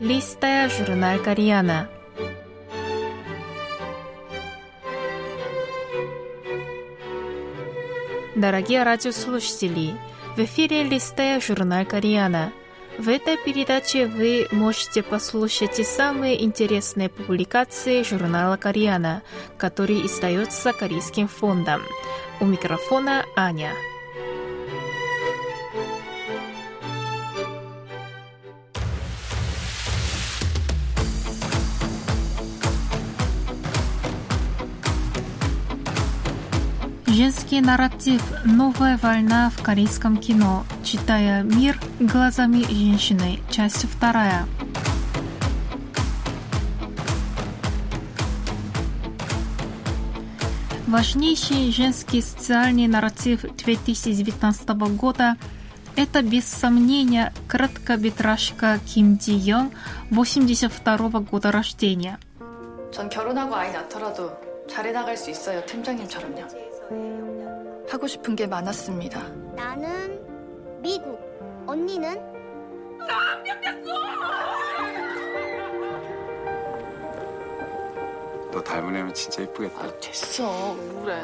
Листая журнал Кореяна. Дорогие радиослушатели, в эфире «Листая журнал Кореяна». В этой передаче вы можете послушать самые интересные публикации журнала «Кореяна», который издается Корейским фондом. У микрофона Аня. Женский нарратив «Новая волна в корейском кино», читая «Мир глазами женщины», часть 2. Важнейший женский социальный нарратив 2019 года – это, без сомнения, короткометражка Ким Ji-young 82 года рождения. 전 결혼하고 아이 낳더라도 잘해 나갈 수 있어요, 팀장님처럼요. 하고 싶은 게 많았습니다. 나는 미국, 언니는? 나 합격했어! 너 닮은 애면 진짜 이쁘겠다. 아, 됐어, 뭐래.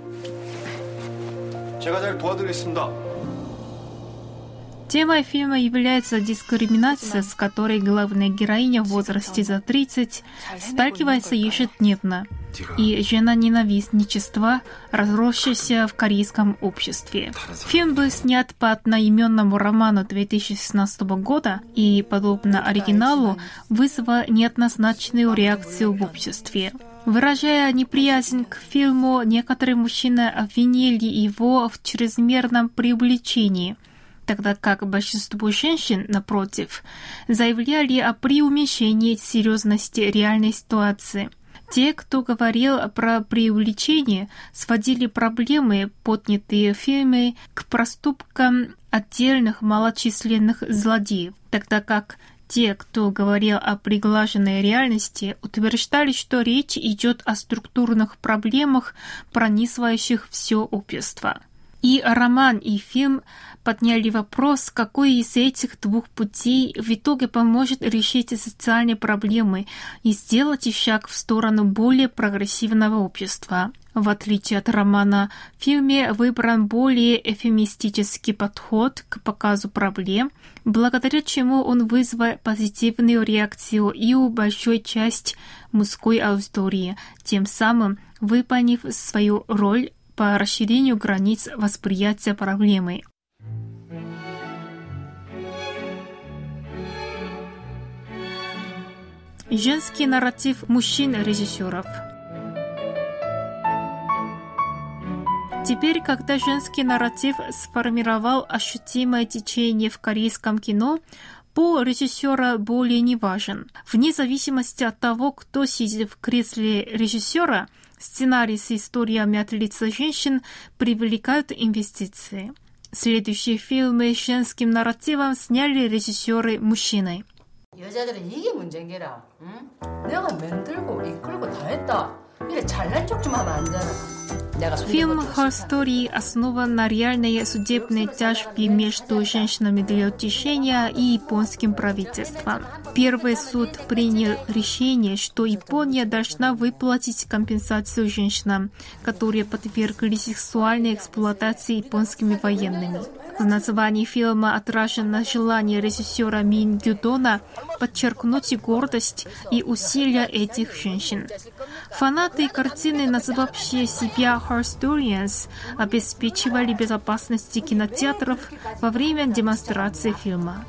제가 잘 도와드리겠습니다. Темой фильма является дискриминация, с которой главная героиня в возрасте за 30 сталкивается ежедневно, и жена-ненавистничество, разросшееся в корейском обществе. Фильм был снят по одноименному роману 2016 года и, подобно оригиналу, вызвал неоднозначную реакцию в обществе. Выражая неприязнь к фильму, некоторые мужчины обвинили его в чрезмерном преувеличении, тогда как большинство женщин, напротив, заявляли о преуменьшении серьезности реальной ситуации. Те, кто говорил про преувеличение, сводили проблемы, поднятые в фильме, к проступкам отдельных малочисленных злодеев, тогда как те, кто говорил о приглаженной реальности, утверждали, что речь идет о структурных проблемах, пронизывающих все общество. И роман, и фильм подняли вопрос, какой из этих двух путей в итоге поможет решить социальные проблемы и сделать шаг в сторону более прогрессивного общества. В отличие от романа, в фильме выбран более эвфемистический подход к показу проблем, благодаря чему он вызвал позитивную реакцию и у большой части мужской аудитории, тем самым выполнив свою роль по расширению границ восприятия проблемы. Женский нарратив мужчин-режиссеров. Теперь, когда женский нарратив сформировал ощутимое течение в корейском кино, пол режиссера более не важен. Вне зависимости от того, кто сидит в кресле режиссера, сценарий с историями от лица женщин привлекают инвестиции. Следующие фильмы с женским нарративом сняли режиссеры мужчины. 여자들은 이게 문제인 게라. 응? 내가 만들고 이끌고 다 했다. 이래 잘난 척 좀 하면 안 되나. Фильм «Her Story» основан на реальной судебной тяжбе между женщинами для утешения и японским правительством. Первый суд принял решение, что Япония должна выплатить компенсацию женщинам, которые подверглись сексуальной эксплуатации японскими военными. В названии фильма отражено желание режиссера Мин Гюдона подчеркнуть гордость и усилия этих женщин. Фанаты картины, называвшие себя Her-Storians, обеспечивали безопасность кинотеатров во время демонстрации фильма.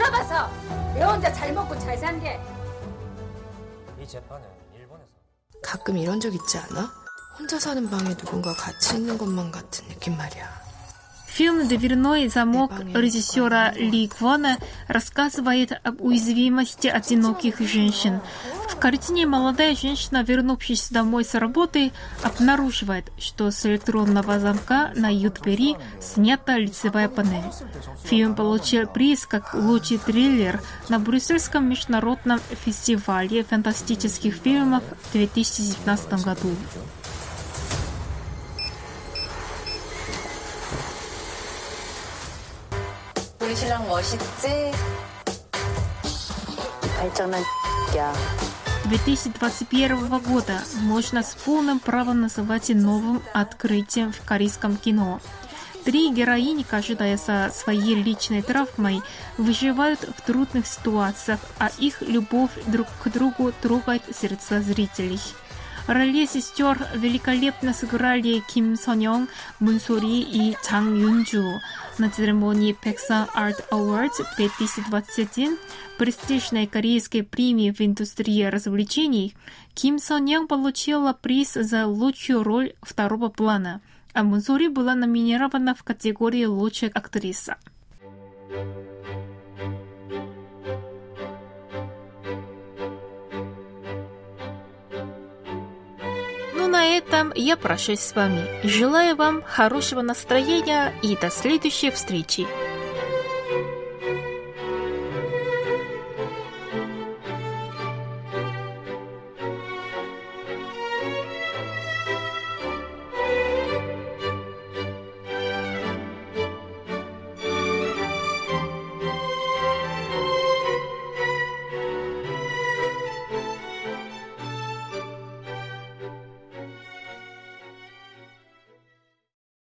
가끔 이런 적 있지 않아? 혼자 사는 방에 누군가 같이 있는 것만 같은 느낌 말이야. Фильм «Дверной замок» режиссера Ли Квона рассказывает об уязвимости одиноких женщин. В картине молодая женщина, вернувшись домой с работы, обнаруживает, что с электронного замка на ее двери снята лицевая панель. Фильм получил приз как лучший триллер на Брюссельском международном фестивале фантастических фильмов в 2019 году. 우리 신랑 멋있지? 2021 года можно с полным правом называть новым открытием в корейском кино. 3 героини, каждая со своей личной травмой, выживают в трудных ситуациях, а их любовь друг к другу трогает сердца зрителей. Роли сестер великолепно сыграли Ким Сон-young, Мун Сори и Чан Юн-ju. На церемонии Baeksang Art Awards 2021, престижной корейской премии в индустрии развлечений, Ким Сон-young получила приз за лучшую роль второго плана, а Мун Сори была номинирована в категории «Лучшая актриса». На этом я прощаюсь с вами. Желаю вам хорошего настроения и до следующей встречи.